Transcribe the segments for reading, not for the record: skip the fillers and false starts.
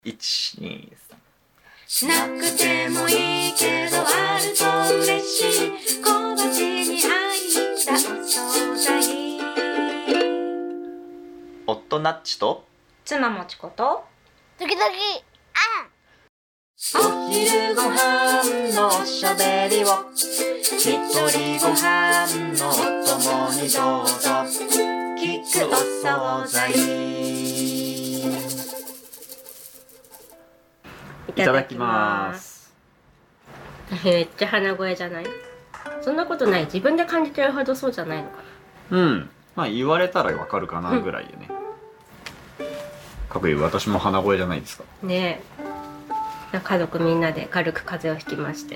1、2、 しなくてもいいけどあると嬉しい小鉢に入ったお惣菜。 夫ナッチと妻もちこと時々 お昼ご飯のおしゃべりを一人ご飯のお供にどうぞ聞くお惣菜。 いただきます。 めっちゃ鼻声じゃない？そんなことない。自分で感じてるほどそうじゃないのかな。 まあ言われたらわかるかなぐらいでね。かくいう私も鼻声じゃないですか。 ねえ、家族みんなで軽く風邪をひきまして、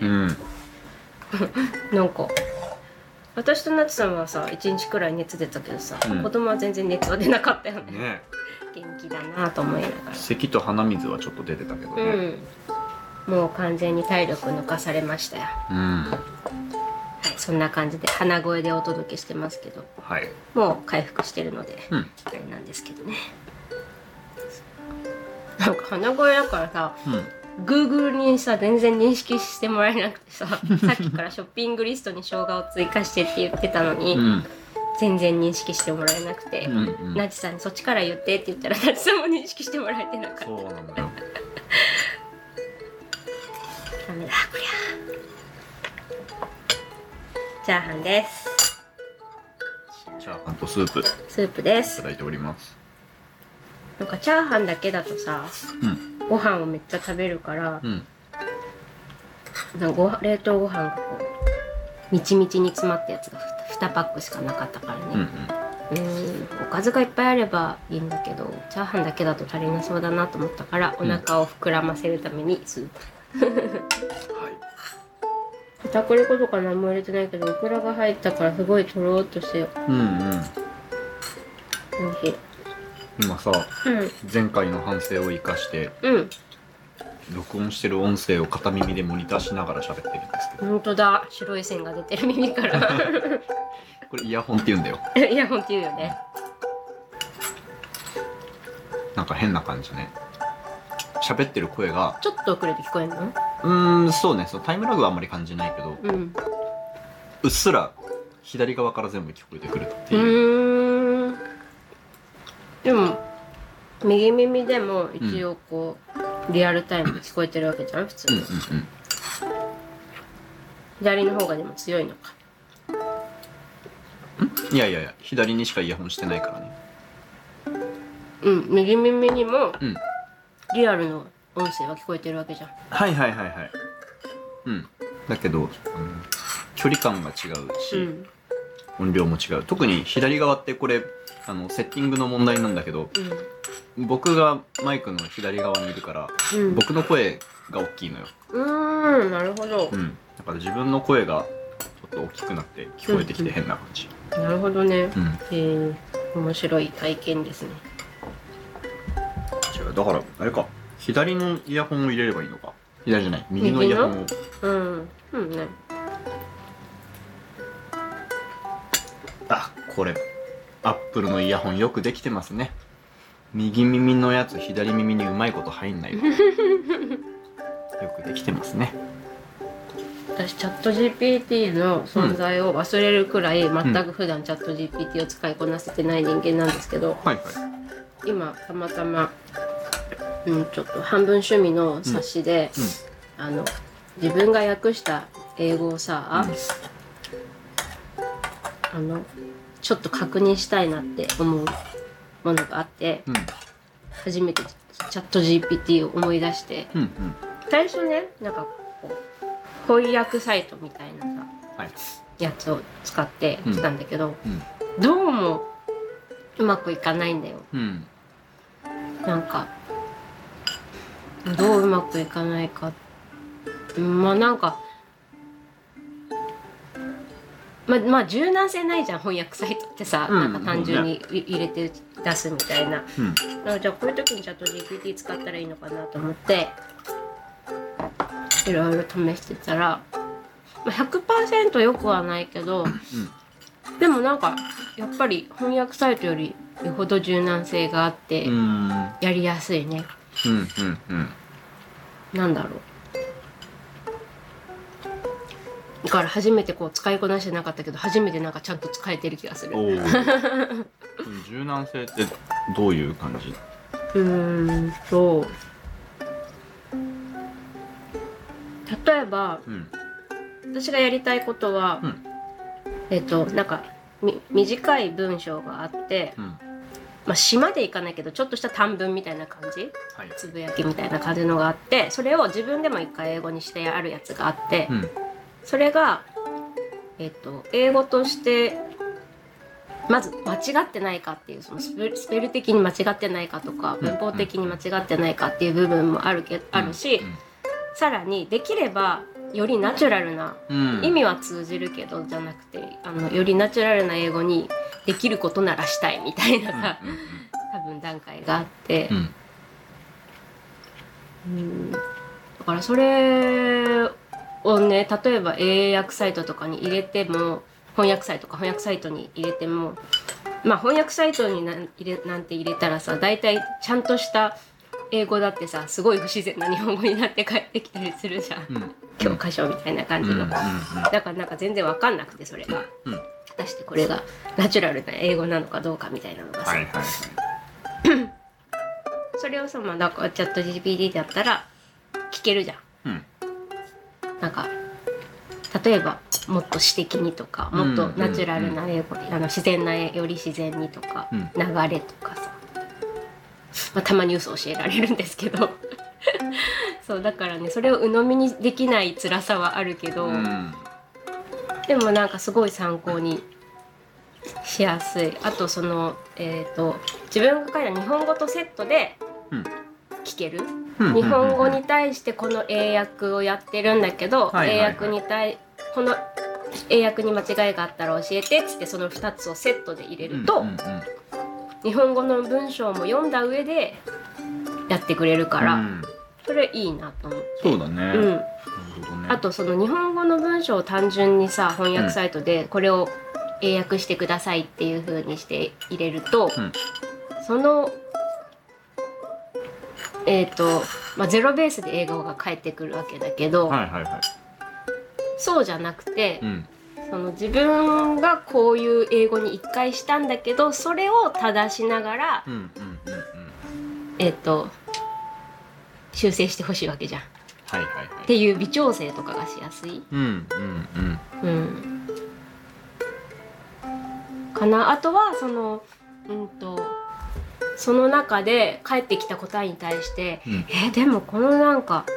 なんか私となつさんはさ1日くらい熱出たけどさ、子供は全然熱は出なかったよね。元気だなと思いながら。 咳と鼻水はちょっと出てたけどね。 もう完全に体力抜かされましたよ。はい、そんな感じで鼻声でお届けしてますけど、もう回復してるので、あれなんですけどね。なんか鼻声だからさ、Google にさ全然認識してもらえなくてさ、さっきからショッピングリストに生姜を追加してって言ってたのに、全然認識してもらえなくて、なちさんにそっちから言ってって言ったらなちさんも認識してもらえてなかった。 そうなんだよ。 ダメだこりゃ。チャーハンです。 チャーハンとスープスープでいす。 ただいております。 なんかチャーハンだけだとさ、ご飯をめっちゃ食べるから、なんか冷凍ご飯がこうみちみちに詰まったやつが2パックしかなかったからね。おかずがいっぱいあればいいんだけど、チャーハンだけだと足りなそうだなと思ったから、お腹を膨らませるためにスープ。片栗粉とか何も入れてないけど、オクラが入ったからすごいとろーっとしておいしい。 今さ、前回の反省を生かして、録音してる音声を片耳でモニターしながら喋ってるんですけど。 本当だ、白い線が出てる耳から。 これイヤホンって言うんだよ。 イヤホンって言うよね。 なんか変な感じね。喋ってる声がちょっと遅れて聞こえるの？ そうね。そのタイムラグはあんまり感じないけど、うっすら左側から全部聞こえてくるっていう。 でも右耳でも一応こう、リアルタイムで聞こえてるわけじゃん普通に。左の方がでも強いのか。 いやいやいや、左にしかイヤホンしてないからね。 右耳にも、リアルの音声は聞こえてるわけじゃん。 はい。だけど、距離感が違うし、音量も違う。特に左側ってこれセッティングの問題なんだけど、僕がマイクの左側にいるから、僕の声が大きいのよ。 なるほど。 だから自分の声がちょっと大きくなって聞こえてきて変な感じ。 なるほどね。面白い体験ですね。 違う、だからあれか、左のイヤホンを入れればいいのか。左じゃない、右のイヤホンを。 ね。 あ、これアップルのイヤホンよくできてますね。右耳のやつ左耳にうまいこと入んないよくできてますね。 私チャット GPT の存在を忘れるくらい全く普段チャット GPT を使いこなせてない人間なんですけど、今たまたま、ちょっと半分趣味の冊子で、自分が訳した英語をさ、ちょっと確認したいなって思うものがあって、初めてチャット GPT を思い出して、最初ね、なんかこう翻訳サイトみたいなさ、やつを使ってきたんだけど、どうもうまくいかないんだよ。なんかどううまくいかないか、なんかまあ柔軟性ないじゃん翻訳サイトってさ、なんか単純に入れて出すみたいな。じゃあこういう時にチャット GPT 使ったらいいのかなと思っていろいろ試してたら、100% 良くはないけど、でもなんかやっぱり翻訳サイトよりよほど柔軟性があってやりやすいね。 うんうんうん。 なんだろう。だから初めてこう使いこなしてなかったけど、初めてなんかちゃんと使えてる気がする。 おお。柔軟性ってどういう感じ？ 例えば、 うん、 私がやりたいことは、なんか短い文章があって、まあ詩までいかないけどちょっとした短文みたいな感じ、はい、つぶやきみたいな感じのがあって、それを自分でも一回英語にしてあるやつがあって、それが、英語としてまず間違ってないかっていう、そのスペル的に間違ってないかとか、文法的に間違ってないかっていう部分もあるし、さらにできればよりナチュラルな、意味は通じるけどじゃなくて、よりナチュラルな英語にできることならしたいみたいなさ、多分段階があって、だからそれをね、例えば英訳サイトとかに入れても、翻訳サイトに入れても、まあ翻訳サイトになんて入れたらさ、大体ちゃんとした英語だってさ、すごい不自然な日本語になって帰ってきたりするじゃん、教科書みたいな感じの、だからなんか全然わかんなくて、それが、果たしてこれがナチュラルな英語なのかどうかみたいなのがさ、それをさ、まあだからチャット GPT だったら聞けるじゃん、なんか例えばもっと詩的にとか、もっとナチュラルな英語で、自然なより自然にとか、流れとかさ、まあ、たまに嘘教えられるんですけどそうだからね、それを鵜呑みにできない辛さはあるけど、でもなんかすごい参考にしやすい。あとその自分が書いた日本語とセットで聞ける、日本語に対してこの英訳をやってるんだけど、この英訳に間違いがあったら教えてっつって、その2つをセットで入れると、日本語の文章も読んだ上でやってくれるから、それいいなと思って。 そうだね、 あとその日本語の文章を単純にさ、翻訳サイトでこれを英訳してくださいっていう風にして入れると、そのまあ、ゼロベースで英語が返ってくるわけだけど、そうじゃなくて、その自分がこういう英語に一回したんだけど、それを正しながら、修正してほしいわけじゃん、っていう微調整とかがしやすい、かな。あとはそのその中で返ってきた答えに対して、でもこのなんか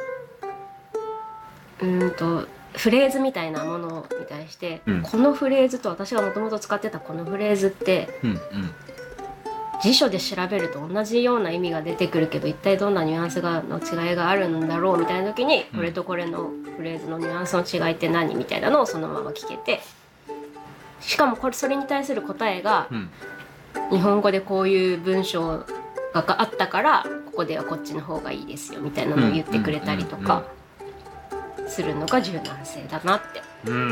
フレーズみたいなものに対して、このフレーズと私がもともと使ってたこのフレーズって、辞書で調べると同じような意味が出てくるけど、一体どんなニュアンスの違いがあるんだろうみたいな時に、これとこれのフレーズのニュアンスの違いって何みたいなのをそのまま聞けて、しかもそれに対する答えが、日本語でこういう文章があったからここではこっちの方がいいですよみたいなのを言ってくれたりとかするのが柔軟性だなって、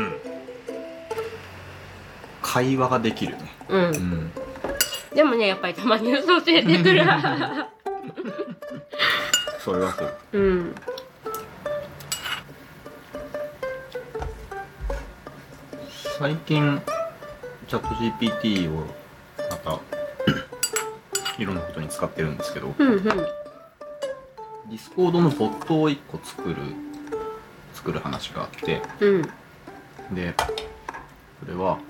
会話ができるね。 でもね、やっぱりたまに嘘教えてくるそれはそう。最近チャット GPT をまたいろんなことに使ってるんですけど、ディスコードのボットを1個作る話があって、でそれは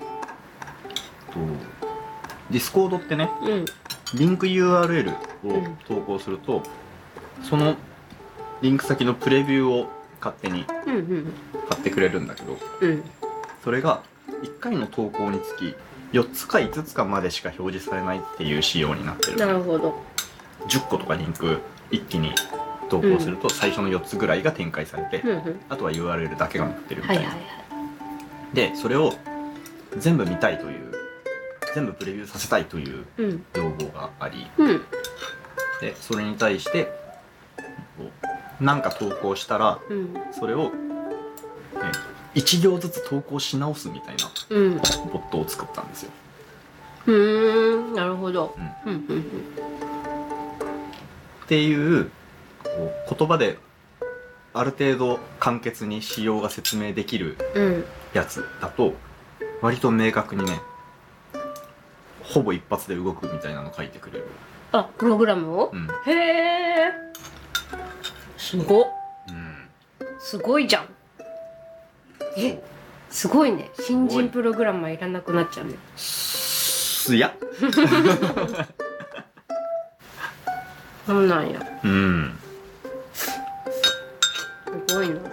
ディスコードってね、リンク URL を投稿すると、そのリンク先のプレビューを勝手に貼ってくれるんだけど、それが1回の投稿につき4つか5つかまでしか表示されないっていう仕様になってる。 なるほど。 10個とかリンク一気に投稿すると、最初の4つぐらいが展開されて、あとは URL だけが載ってるみたいな。でそれを全部見たいという、全部プレビューさせたいという要望があり、でそれに対して何か投稿したら、それを、1行ずつ投稿し直すみたいなボットを作ったんですよ。 なるほど。 っていうこう言葉である程度簡潔に仕様が説明できるやつだと割と明確にね、ほぼ一発で動くみたいなの書いてくれる。 あ、プログラムを、へえ、すごっ、すごいじゃん。え、すごいね。新人プログラマーいらなくなっちゃうね。 いやそうなんや。すごいな。だ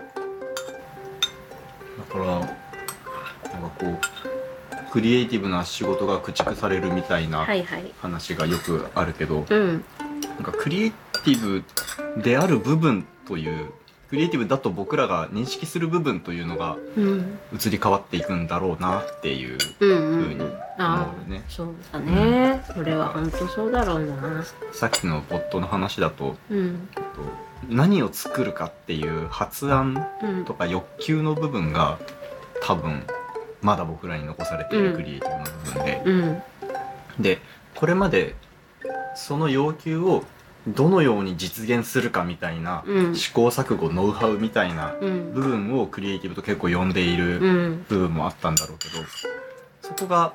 からなんかこうクリエイティブな仕事が駆逐されるみたいな話がよくあるけど、なんかクリエイティブである部分という、クリエイティブだと僕らが認識する部分というのが移り変わっていくんだろうなっていうふうに思うよね。 そうだね。それは本当そうだろうな。 さっきのボットの話だと、何を作るかっていう発案とか欲求の部分が多分まだ僕らに残されているクリエイティブの部分で、これまでその要求をどのように実現するかみたいな試行錯誤、ノウハウみたいな部分をクリエイティブと結構呼んでいる部分もあったんだろうけど、そこが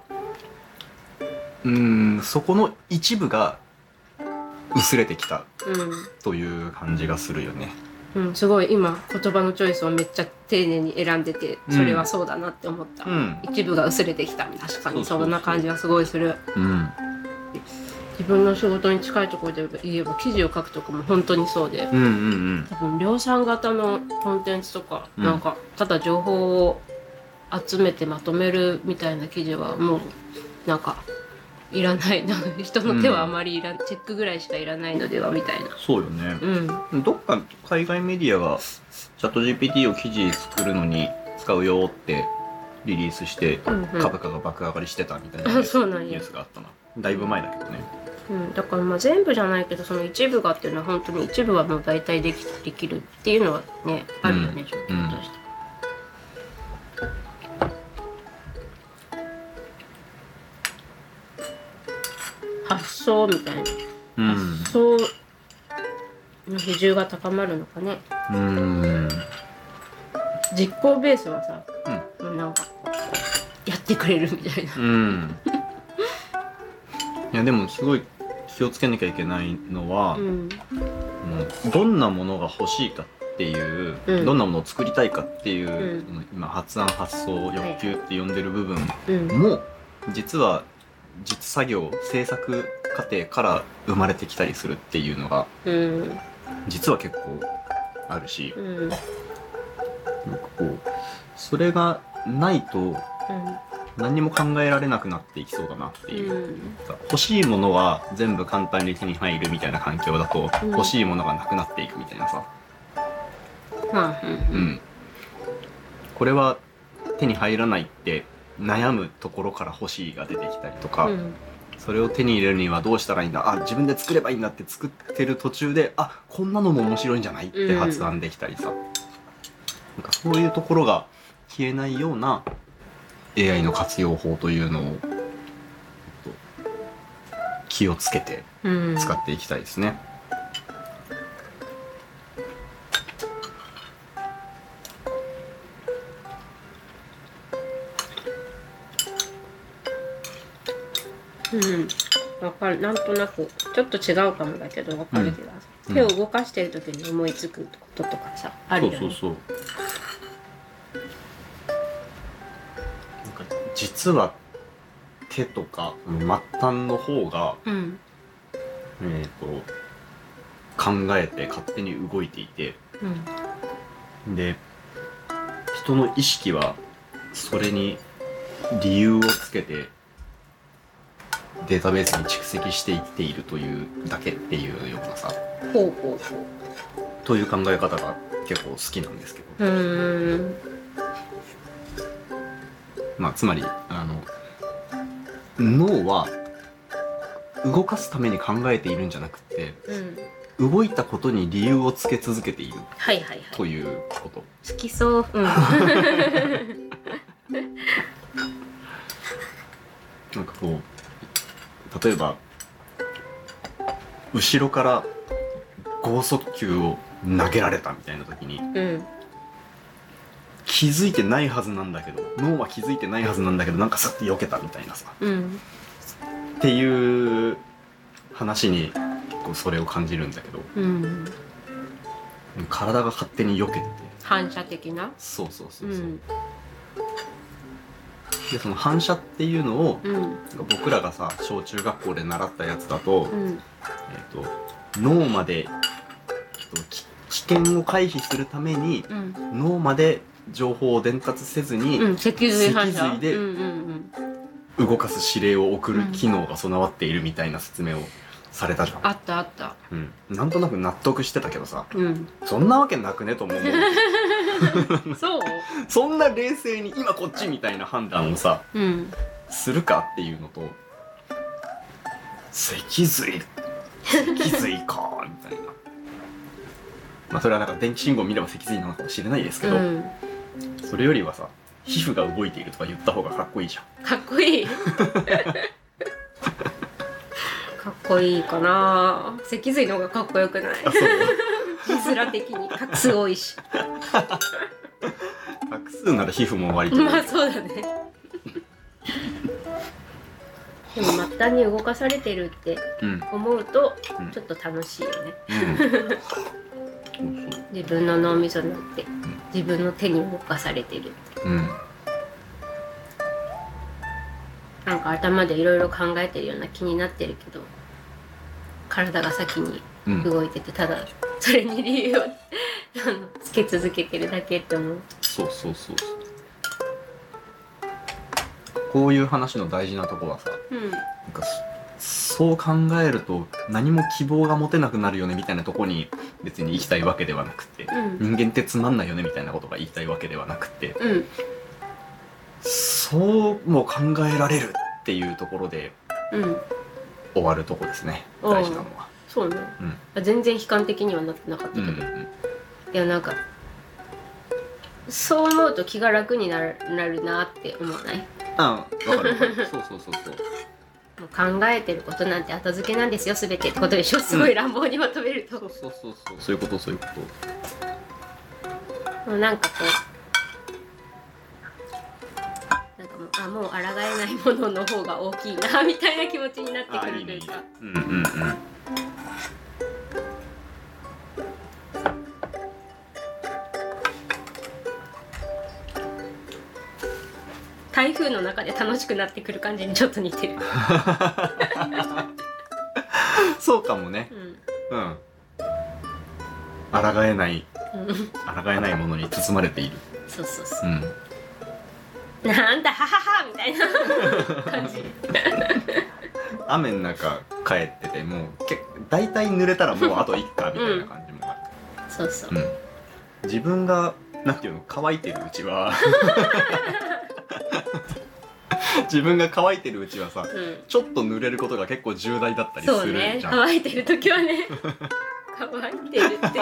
そこの一部が薄れてきたという感じがするよね。 すごい今言葉のチョイスをめっちゃ丁寧に選んでて、それはそうだなって思った。一部が薄れてきた。確かにそんな感じはすごいする。自分の仕事に近いところで言えば記事を書くとかも本当にそうで、多分量産型のコンテンツとか、なんかただ情報を集めてまとめるみたいな記事はもうなんかいらないな、人の手はあまりチェックぐらいしかいらないのではみたいな。 そうよね。どっか海外メディアがチャット GPT を記事作るのに使うよってリリースして株価が爆上がりしてたみたいなニュースがあったな。だいぶ前だけどね。 だからまあ全部じゃないけど、その一部がっていうのは本当に一部はもう大体できるっていうのはね、あるよね、状況として。発想みたいな、発想の比重が高まるのかね。実行ベースはさ、なんかやってくれるみたいな。 いやでもすごい気をつけなきゃいけないのは、どんなものが欲しいかっていう、どんなものを作りたいかっていう、今発案発想欲求って呼んでる部分も、実は実作業制作過程から生まれてきたりするっていうのが、実は結構あるし、なんかこうそれがないと何にも考えられなくなっていきそうだなっていう、欲しいものは全部簡単に手に入るみたいな環境だと、欲しいものがなくなっていくみたいなさ、これは手に入らないって悩むところから欲しいが出てきたりとか、それを手に入れるにはどうしたらいいんだ、自分で作ればいいんだって作ってる途中で、こんなのも面白いんじゃないって発案できたりさ、なんかそういうところが消えないような AI の活用法というのを気をつけて使っていきたいですね。 わかる。なんとなくちょっと違うかもだけどわかる気がする。手を動かしてる時に思いつくこととかさ、あるよね。 そう。なんか実は手とか末端の方が、考えて勝手に動いていて、で人の意識はそれに理由をつけてデータベースに蓄積していっているというだけっていうようなさ、という考え方が結構好きなんですけど、つまり脳は動かすために考えているんじゃなくて、動いたことに理由をつけ続けているということ。 好きそう。 なんかこう例えば後ろから剛速球を投げられたみたいな時に、 うん、 気づいてないはずなんだけど、脳は気づいてないはずなんだけど、なんかさって避けたみたいなさ、 うん、 っていう話に結構それを感じるんだけど、 うん、 体が勝手に避けてて、 反射的な、 そうそうそうそう、 うん、 でその反射っていうのを、 うん、 僕らがさ小中学校で習ったやつだと、 うん、 脳まで、危険を回避するために、 うん、 脳まで情報を伝達せずに、 うん、脊髄反射、 脊髄でうんうん動かす指令を送る機能が備わっているみたいな説明をされたじゃん。 あったあった、 うん、なんとなく納得してたけどさ、 うん、 そんなわけなくねとも思うそうそんな冷静に今こっちみたいな判断をさ、 うん、 するかっていうのと、脊髄かみたいな、まあそれはなんか電気信号を見れば脊髄なのかもしれないですけど、 うん、 それよりはさ皮膚が動いているとか言った方がかっこいいじゃん。 かっこいいかっこいいかな。脊髄の方がかっこよくない？ あ、そう字面的に画数多いし画数なら皮膚も割とまあそうだねでも末端に動かされてるって思うと、 うん、 ちょっと楽しいよね、 うん、 自分の脳みそになって、自分の手に動かされてるって、 うん、 なんか頭でいろいろ考えてるような気になってるけど、体が先に動いてて、ただそれに理由をつけ続けてるだけって思う。 そうそうそうそう。こういう話の大事なとこはさ、なんかそう考えると何も希望が持てなくなるよねみたいなとこに別に行きたいわけではなくて、人間ってつまんないよねみたいなことが言いたいわけではなくて、そうも考えられるっていうところで終わるとこですね、大事なのは。 そうね、全然悲観的にはなってなかったけど、いやなんかそう思うと気が楽になるなって思わない？ わかるわかるそうそうそうそう。 もう考えてることなんて後付けなんですよ全てってことでしょ、すごい乱暴にまとめると、 そうそうそうそう、そういうことそういうこと。 もうなんかこうもう抗えないものの方が大きいなみたいな気持ちになってくるというか、台風の中で楽しくなってくる感じにちょっと似てるそうかもね。抗えないものに包まれている。そうそうそう、なんだはははみたいな感じ雨の中帰っててもう大体濡れたらもうあといっかみたいな感じもある、そうそう、自分がなんていうの乾いてるうちは自分が乾いてるうちはさ、ちょっと濡れることが結構重大だったりするじゃん。そうね、乾いてる時はね乾いてるって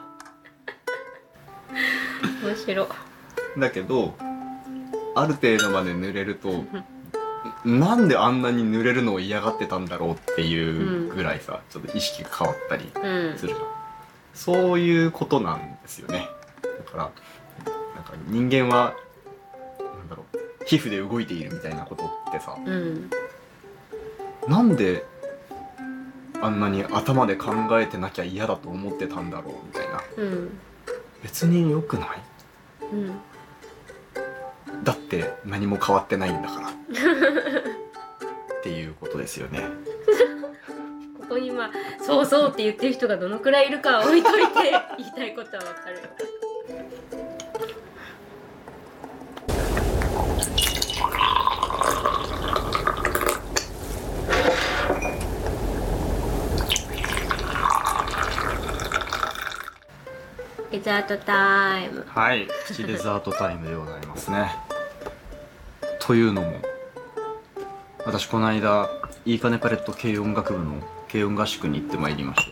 面白い。だけどある程度まで濡れるとなんであんなに濡れるのを嫌がってたんだろうっていうぐらいさ、ちょっと意識が変わったりするじゃん、そういうことなんですよね。だからなんか人間はなんだろう、皮膚で動いているみたいなことってさ、なんであんなに頭で考えてなきゃ嫌だと思ってたんだろうみたいな、別に良くない？だって何も変わってないんだからっていうことですよねここに今そうそうって言ってる人がどのくらいいるか置いといて言いたいことはわかるよ。デザートタイム。はい、プチデザートタイムでございますねというのも私この間いいかねパレット軽音楽部の軽音合宿に行ってまいりました。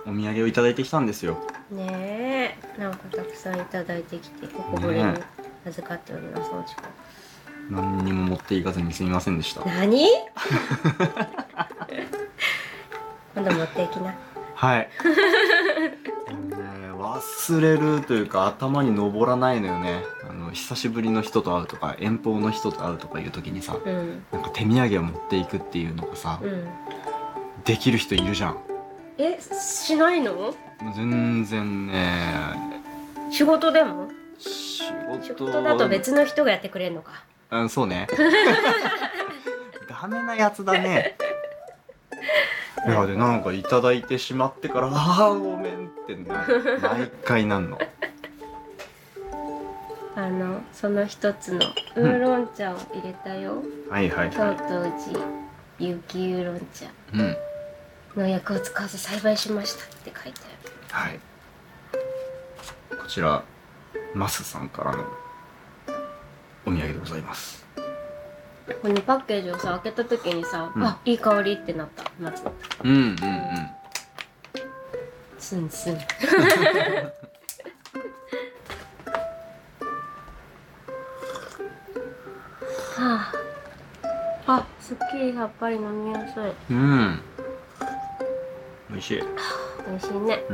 お土産をいただいてきたんですよ。ねえ、なんかたくさんいただいてきてここぼれに預かっております。お時間何にも持っていかずにすみませんでした。何今度持っていきな。 はい忘れるというか頭に上らないのよね。久しぶりの人と会うとか遠方の人と会うとかいう時にさ、なんか手土産を持っていくっていうのがさ、できる人いるじゃん。 しないの？ 全然ね。 仕事でも？ 仕事だと別の人がやってくれるのか。 そうねダメなやつだねいやでなんかいただいてしまってからごめんって毎回なんのその一つのウーロン茶を入れたよ、 はいはいとうはとうじ有機ウーロン茶い農薬を使わず栽培しましたって書いてある。 はいこちらマスさんからのお土産でございます。 ここにパッケージをさ開けた時にさ、あいい香りってなったまず。スンスンすっきりさっぱり飲みやすい。 美味しい。 美味しいね。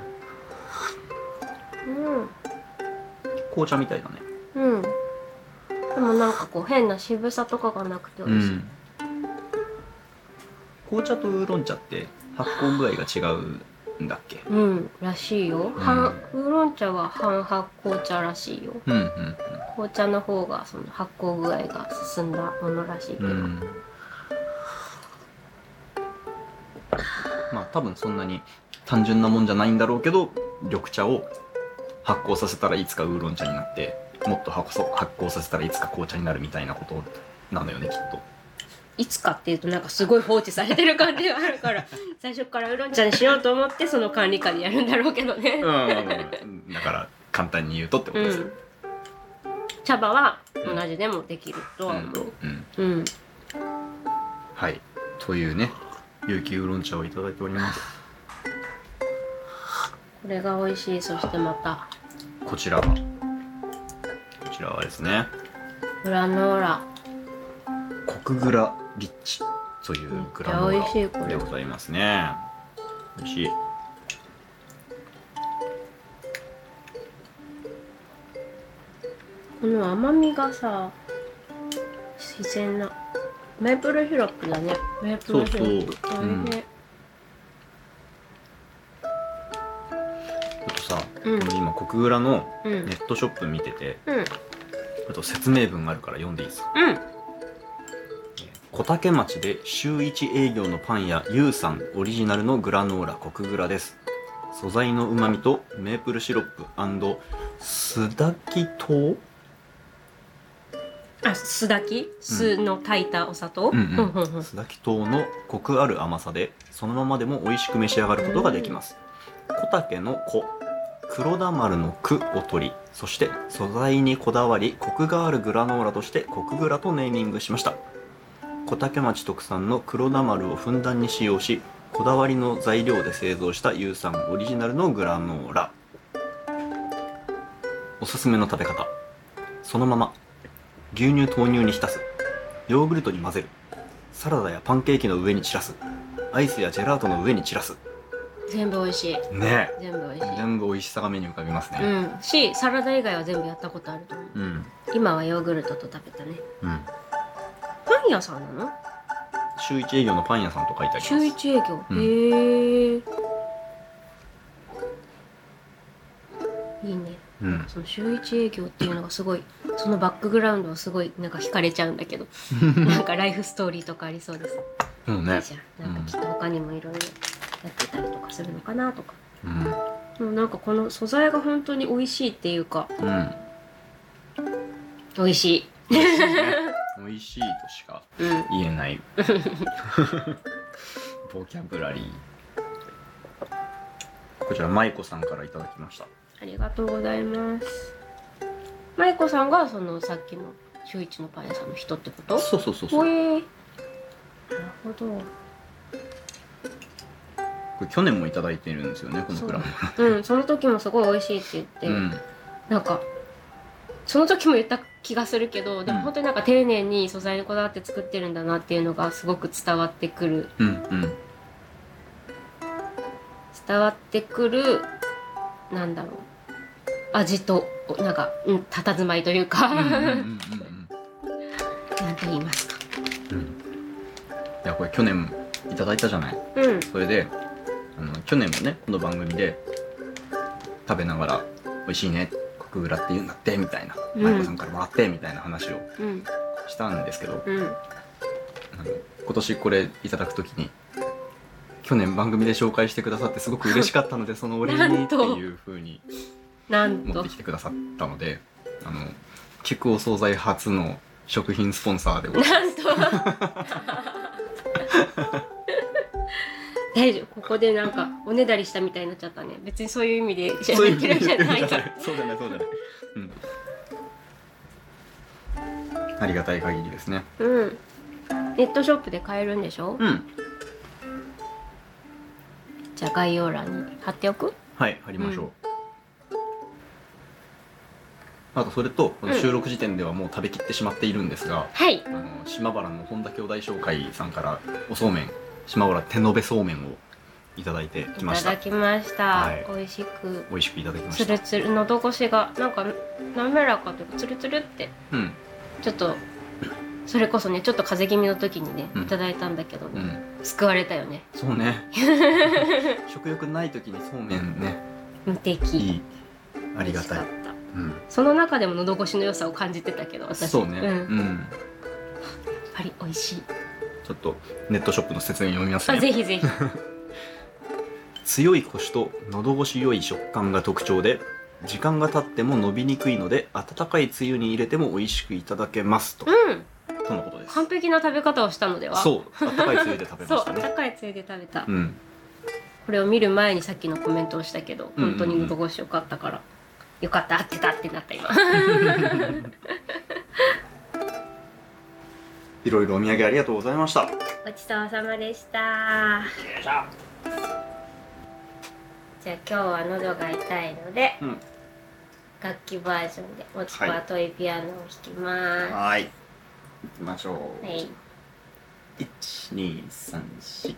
紅茶みたいだね。 でもなんかこう変な渋さとかがなくて美味しい。 紅茶とウーロン茶って発酵具合が違うんだっけ？ らしいよ。ウーロン茶は半発酵茶らしいよ。紅茶の方がその発酵具合が進んだものらしいけど。 まあ多分そんなに単純なもんじゃないんだろうけど、緑茶を発酵させたらいつかウーロン茶になって、もっと発酵させたらいつか紅茶になるみたいなことなのよね、きっと。 いつかっていうとなんかすごい放置されてる感じがあるから最初からウーロン茶にしようと思ってその管理下でやるんだろうけどねだから簡単に言うとってことですよ。 茶葉は同じでもできるとは思う。 はいというね有機ウーロン茶をいただいております。 これが美味しい。そしてまたこちらはですね、 グラノーラコクグラリッチというグラノーラでございますね。美味しい。 この甘みがさ自然なメープルシロップだね。メープルシロップおいしい。 あとさ、今コクグラのネットショップ見てて、あと説明文があるから読んでいいですか？小竹町で週1営業のパン屋ゆうさんオリジナルのグラノーラコクグラです。素材の旨味とメープルシロップ&酢炊き糖？ 酢炊き？酢の炊いたお砂糖？ 酢炊き糖のコクある甘さでそのままでも美味しく召し上がることができます。小竹の小、黒田丸の句を取り、そして素材にこだわりコクがあるグラノーラとしてコクグラとネーミングしました。小竹町特産の黒田丸をふんだんに使用し、こだわりの材料で製造した有酸オリジナルのグラノーラ。おすすめの食べ方、そのまま牛乳豆乳に浸す、ヨーグルトに混ぜる、サラダやパンケーキの上に散らす、アイスやジェラートの上に散らす。 全部美味しいね。 全部美味しい。 全部美味しさが目に浮かびますね。 しサラダ以外は全部やったことあると思う。今はヨーグルトと食べたね。パン屋さんなの？ 週1営業のパン屋さんと書いてあります。 週1営業。へえ。いいね。その週1営業っていうのがすごい、そのバックグラウンドはすごいなんか惹かれちゃうんだけどなんかライフストーリーとかありそうです。 ね。 いいじゃん。なんかきっと他にもいろいろやってたりとかするのかなとか。もうなんかこの素材が本当に美味しいっていうか、美味しい。 美味しいとしか言えないボキャブラリー。こちら舞子さんからいただきました。 ありがとうございます。舞子さんがそのさっきの週一のパン屋さんの人ってこと？ そう。 なるほど。 これ去年もいただいてるんですよね、このグラム。 その時もすごい美味しいって言って、なんかその時も言った気がするけど、でも本当になんか丁寧に素材にこだわって作ってるんだなっていうのがすごく伝わってくる。 伝わってくるなんだろう味となんか、佇まいというかなんと言いますか、 いやこれ去年いただいたじゃない、それで去年もねこの番組で食べながら美味しいねコクグラって言うんだってみたいな、舞子さんからもらってみたいな話をしたんですけど、今年これいただくときに去年番組で紹介してくださってすごく嬉しかったのでそのお礼にっていう風に持ってきてくださったのでキクお惣菜初の食品スポンサーでございますなんと大丈夫ここでなんかおねだりしたみたいになっちゃったね。別にそういう意味で喋ってるんじゃないから。 そうじゃない、ありがたい限りですね。 ネットショップで買えるんでしょ。じゃあ概要欄に貼っておく。 はい、貼りましょう。あとそれとこの収録時点ではもう食べきってしまっているんですが、島原の本田兄弟商会さんからおそうめん島原手延べそうめんをいただいてきました。 いただきました。美味しくいただきました。 つるつる喉越しがなんか滑らかというかつるつるって、ちょっとそれこそねちょっと風邪気味の時にね、いただいたんだけどね、救われたよね。 そうね食欲ない時にそうめんね無敵いいありがたい。 その中でも喉越しの良さを感じてたけど私そうね、 やっぱり美味しい。 ちょっとネットショップの説明読みますね。 ぜひぜひ強いコシと喉越し良い食感が特徴で時間が経っても伸びにくいので温かいつゆに入れても美味しくいただけますと、とのことです。 完璧な食べ方をしたのでは。 そう温かいつゆで食べましたね。 そう温かいつゆで食べた、これを見る前にさっきのコメントをしたけど本当に喉越しよかったから、よかった合ってたってなった今いろいろお土産ありがとうございました。 ごちそうさまでした。じゃあ今日は喉が痛いので、楽器バージョンでもちこはトイピアノを弾きます。 はい行きましょう。 はい、 1,2,3,4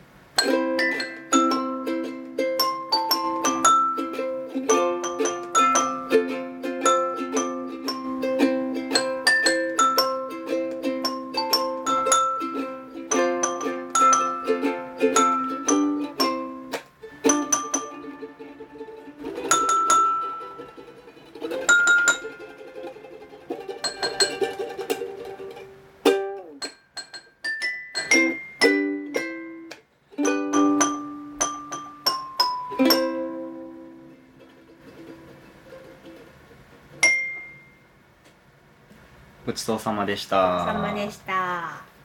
ごちそうさまでした。 ごちそうさまでした。